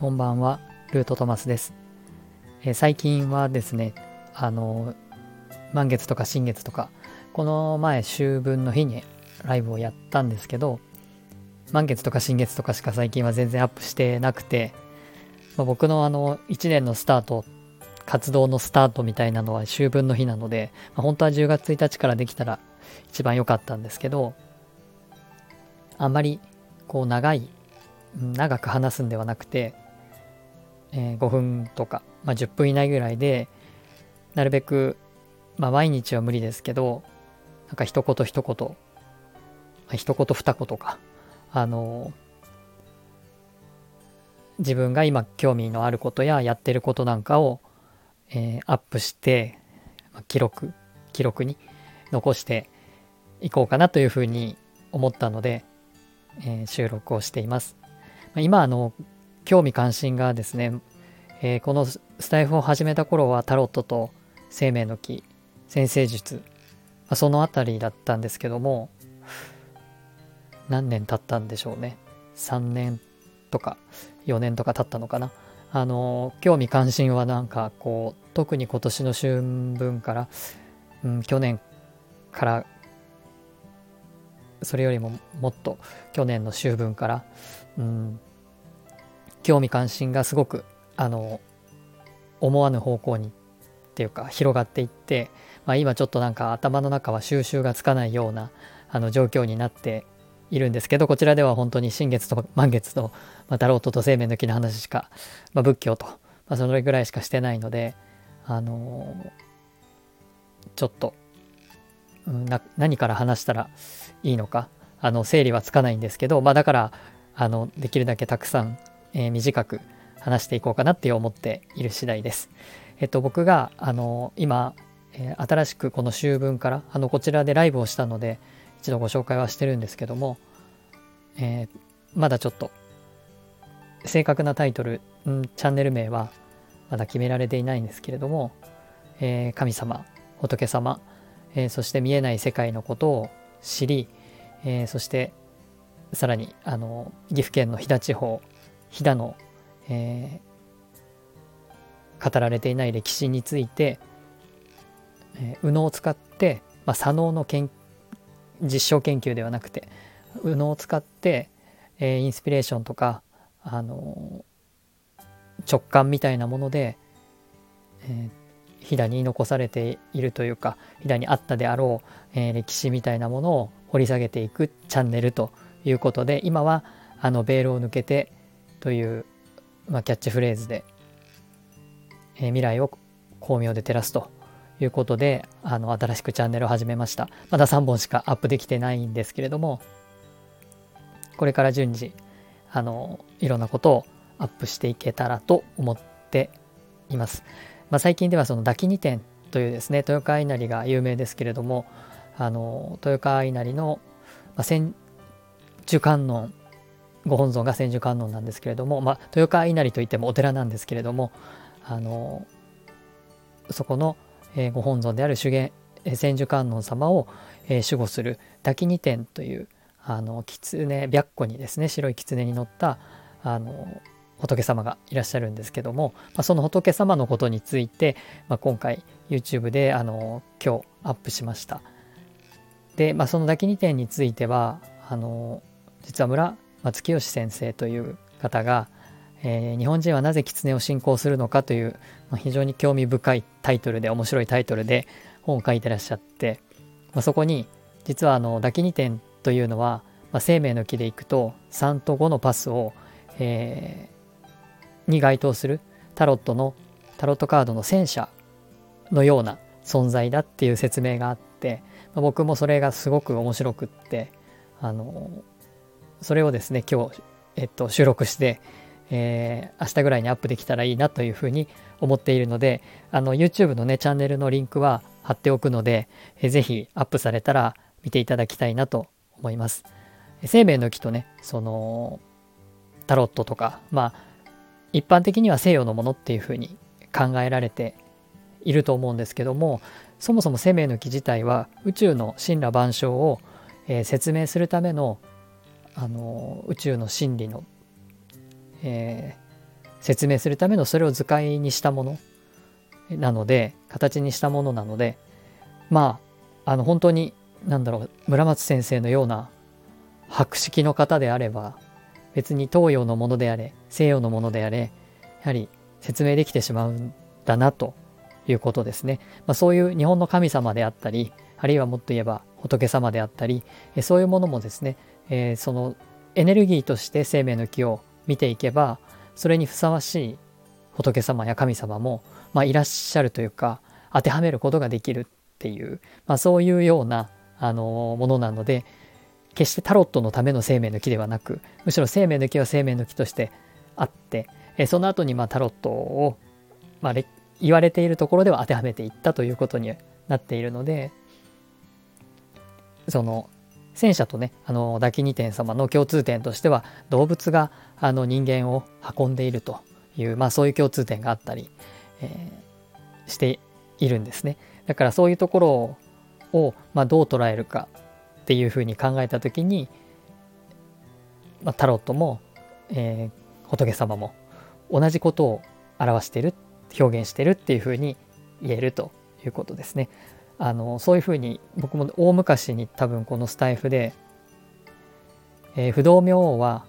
こんばんは、ルートトマスです。最近はですね、満月とか新月とか、この前秋分の日にライブをやったんですけど、満月とか新月とかしか最近は全然アップしてなくて、僕の1年のスタート、活動のスタートみたいなのは秋分の日なので、本当は10月1日からできたら一番良かったんですけど、あんまりこう長く話すんではなくて、5分とか、10分以内ぐらいでなるべく、毎日は無理ですけど、なんか一言二言か、自分が今興味のあることややってることなんかを、アップして、記録に残していこうかなというふうに思ったので、収録をしています。今興味関心がですね、このスタイフを始めた頃はタロットと生命の木、占星術、そのあたりだったんですけども、何年経ったんでしょうね。3年とか4年とか経ったのかな。興味関心はなんかこう、特に今年の秋分から、去年からそれよりももっと去年の秋分から、興味関心がすごく思わぬ方向にっていうか広がっていって、今ちょっとなんか頭の中は収集がつかないような状況になっているんですけど、こちらでは本当に新月と満月と、タロットと生命の木の話しか、仏教と、それぐらいしかしてないので、ちょっと、何から話したらいいのか整理はつかないんですけど、だからできるだけたくさん、短く話していこうかなって思っている次第です。僕が今、新しくこの秋分からこちらでライブをしたので一度ご紹介はしてるんですけども、まだちょっと正確なタイトル、チャンネル名はまだ決められていないんですけれども、神様、仏様、そして見えない世界のことを知り、そしてさらに岐阜県の飛騨地方、飛騨の、語られていない歴史について、右脳を使って、左脳の実証研究ではなくて右脳を使って、インスピレーションとか直感みたいなもので、飛騨に残されているというか飛騨にあったであろう、歴史みたいなものを掘り下げていくチャンネルということで、今はベールを抜けてという、キャッチフレーズで、未来を光明で照らすということで新しくチャンネルを始めました。まだ3本しかアップできてないんですけれども、これから順次いろんなことをアップしていけたらと思っています。最近ではその滝二天というですね、豊川稲荷が有名ですけれども、豊川稲荷の、千手観音、ご本尊が千手観音なんですけれども、豊川稲荷といってもお寺なんですけれども、そこの、ご本尊である千手観音様を、守護する滝二天という狐白虎にですね、白い狐に乗った仏様がいらっしゃるんですけども、その仏様のことについて、今回 YouTube で今日アップしました。で、その滝二天については実は村松清先生という方が、日本人はなぜ狐を信仰するのかという、非常に興味深いタイトルで、面白いタイトルで本を書いてらっしゃって、そこに実は滝二天というのは、生命の木でいくと3と5のパスを、に該当するタロットカードの戦車のような存在だっていう説明があって、僕もそれがすごく面白くって、それをですね今日、収録して、明日ぐらいにアップできたらいいなというふうに思っているので、YouTube のねチャンネルのリンクは貼っておくので、ぜひアップされたら見ていただきたいなと思います。生命の木とね、そのタロットとか、一般的には西洋のものっていうふうに考えられていると思うんですけども、そもそも生命の木自体は宇宙の神羅万象を、説明するための宇宙の真理の、 説明するためのそれを図解にしたものなので、形にしたものなので、本当に村松先生のような博識の方であれば、別に東洋のものであれ西洋のものであれ、やはり説明できてしまうんだなということですね。そういう日本の神様であったり、あるいはもっと言えば仏様であったり、そういうものもですね、そのエネルギーとして生命の木を見ていけば、それにふさわしい仏様や神様も、いらっしゃるというか、当てはめることができるっていう、そういうようなものなので、決してタロットのための生命の木ではなく、むしろ生命の木は生命の木としてあって、その後にタロットを、言われているところでは当てはめていったということになっているので、その戦車とね、ダキニ天様の共通点としては、動物が人間を運んでいるという、そういう共通点があったり、しているんですね。だからそういうところを、どう捉えるかっていうふうに考えたときに、タロットも、仏様も同じことを表している、表現しているっていうふうに言えるということですね。そういうふうに僕も大昔に多分このスタイフで、不動明王は、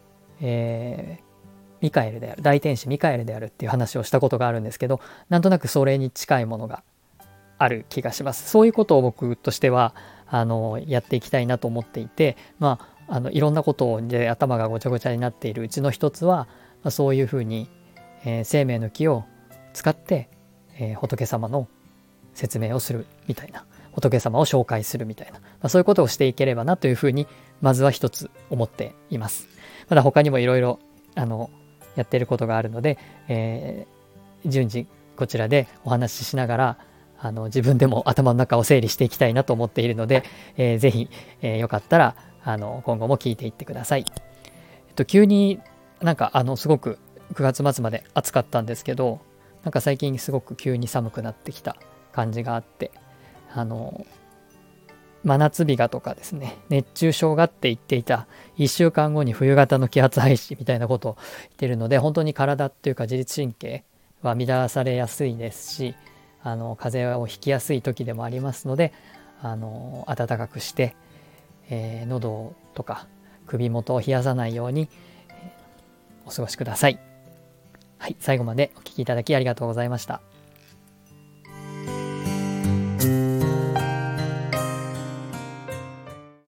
ミカエルである、大天使ミカエルであるっていう話をしたことがあるんですけど、なんとなくそれに近いものがある気がします。そういうことを僕としてはやっていきたいなと思っていて、いろんなことで頭がごちゃごちゃになっているうちの一つは、そういうふうに、生命の木を使って、仏様の説明をするみたいな、仏様を紹介するみたいな、そういうことをしていければなというふうにまずは一つ思っています。まだ他にもいろいろやっていることがあるので、順次こちらでお話ししながら自分でも頭の中を整理していきたいなと思っているので、ぜひ、よかったら今後も聞いていってください。急にすごく9月末まで暑かったんですけど、最近すごく急に寒くなってきた感じがあって、真夏日がとかですね、熱中症がって言っていた1週間後に冬型の気圧配置みたいなことを言ってるので、本当に体っていうか自律神経は乱されやすいですし、風邪をひきやすい時でもありますので、暖かくして、喉とか首元を冷やさないように、お過ごしください。はい、最後までお聞きいただきありがとうございました。